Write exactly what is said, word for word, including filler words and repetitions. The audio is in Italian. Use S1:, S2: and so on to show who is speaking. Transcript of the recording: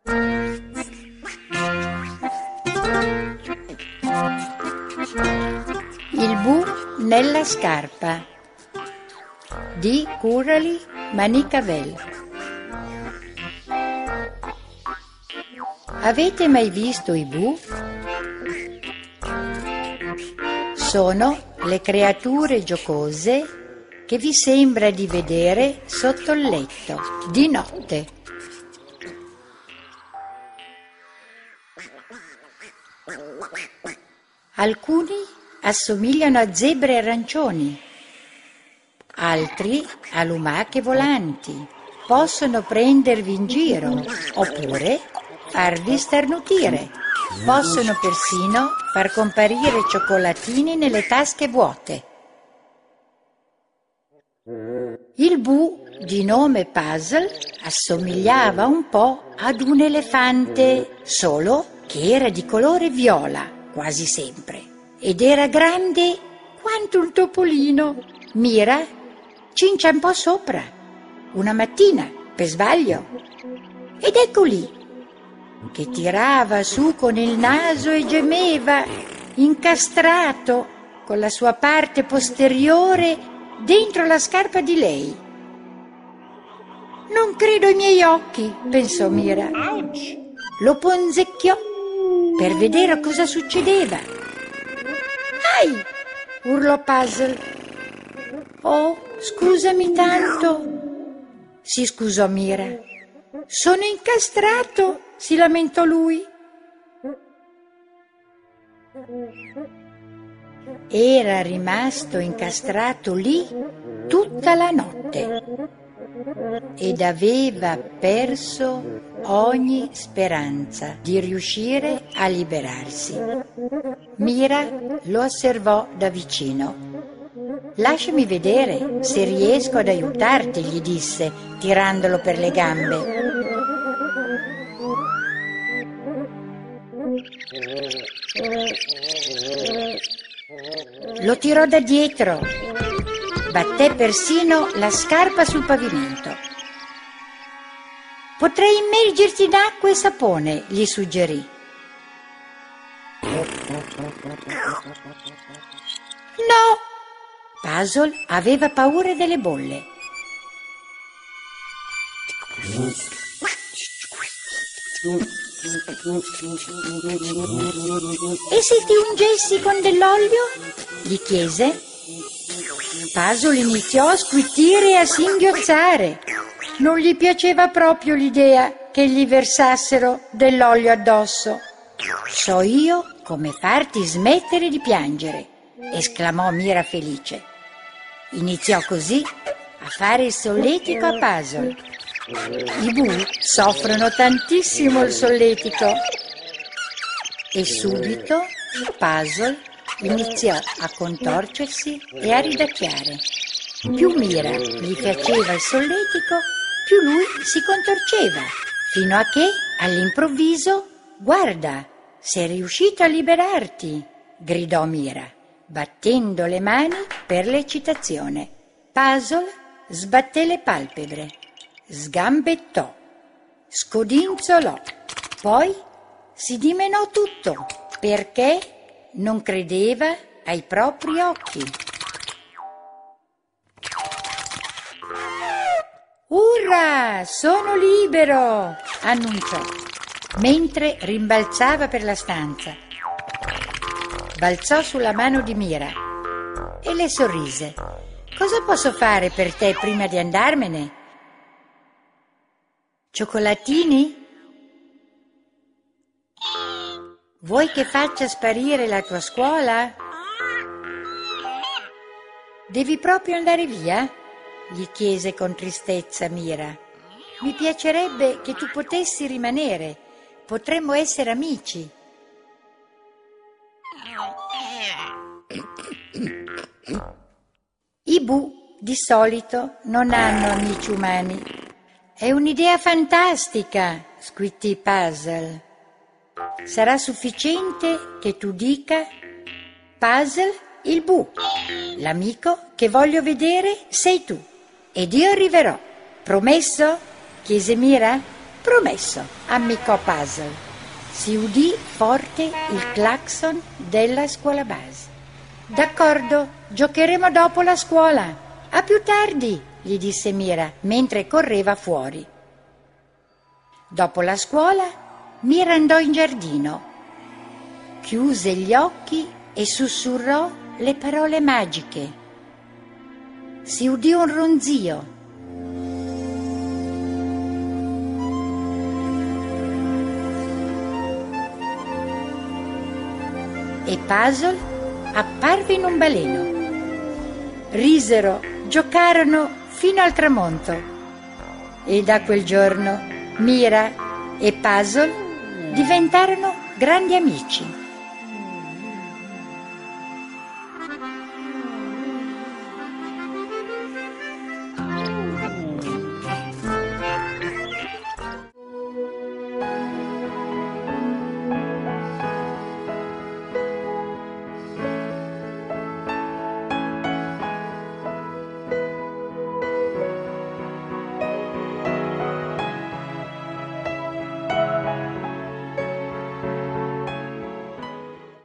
S1: Il bu nella scarpa di Coralie Manickavel. Avete mai visto i bu? Sono le creature giocose che vi sembra di vedere sotto il letto di notte. Alcuni assomigliano a zebre arancioni, altri a lumache volanti. Possono prendervi in giro oppure farvi starnutire. Possono persino far comparire cioccolatini nelle tasche vuote. Il bu, di nome Puzzle, assomigliava un po' ad un elefante, solo che era di colore viola, quasi sempre, ed era grande quanto un topolino. Mira ci inciampò sopra una mattina, per sbaglio, ed ecco lì che tirava su con il naso e gemeva, incastrato con la sua parte posteriore dentro la scarpa di lei. «Non credo ai miei occhi», pensò Mira. Lo ponzecchiò per vedere cosa succedeva. «Ai!» urlò Puzzle. «Oh, scusami tanto», si scusò Mira. «Sono incastrato», si lamentò lui. Era rimasto incastrato lì tutta la notte ed aveva perso ogni speranza di riuscire a liberarsi. Mira lo osservò da vicino. «Lasciami vedere se riesco ad aiutarti», gli disse, tirandolo per le gambe. Lo tirò da dietro, batté persino la scarpa sul pavimento. «Potrei immergerti in acqua e sapone», gli suggerì. «No!» Puzzle aveva paura delle bolle. «E se ti ungessi con dell'olio?» gli chiese. Puzzle iniziò a squittire e a singhiozzare. Non gli piaceva proprio l'idea che gli versassero dell'olio addosso. «So io come farti smettere di piangere», esclamò Mira felice. Iniziò così a fare il solletico a Puzzle. I bu soffrono tantissimo il solletico. E subito Puzzle iniziò a contorcersi e a ridacchiare. Più Mira gli faceva il solletico, più lui si contorceva, fino a che, all'improvviso, «Guarda, sei riuscito a liberarti!» gridò Mira, battendo le mani per l'eccitazione. Puzzle sbatté le palpebre, sgambettò, scodinzolò, poi si dimenò tutto perché non credeva ai propri occhi. «Urrà, sono libero!» annunciò, mentre rimbalzava per la stanza. Balzò sulla mano di Mira e le sorrise. «Cosa posso fare per te prima di andarmene? Cioccolatini? Vuoi che faccia sparire la tua scuola? Devi proprio andare via?» gli chiese con tristezza Mira. «Mi piacerebbe che tu potessi rimanere. Potremmo essere amici». I bu di solito non hanno amici umani. «È un'idea fantastica», squittì Puzzle. «Sarà sufficiente che tu dica Puzzle il bu. L'amico che voglio vedere sei tu. Ed io arriverò. Promesso?» chiese Mira. Promesso, ammiccò Puzzle. Si udì forte il clacson della scuola base. D'accordo, giocheremo dopo la scuola. A più tardi, gli disse Mira mentre correva fuori. Dopo la scuola, Mira andò in giardino, chiuse gli occhi e sussurrò le parole magiche. Si udì un ronzio. E Puzzle apparve in un baleno. Risero, giocarono fino al tramonto. E da quel giorno Mira e Puzzle diventarono grandi amici.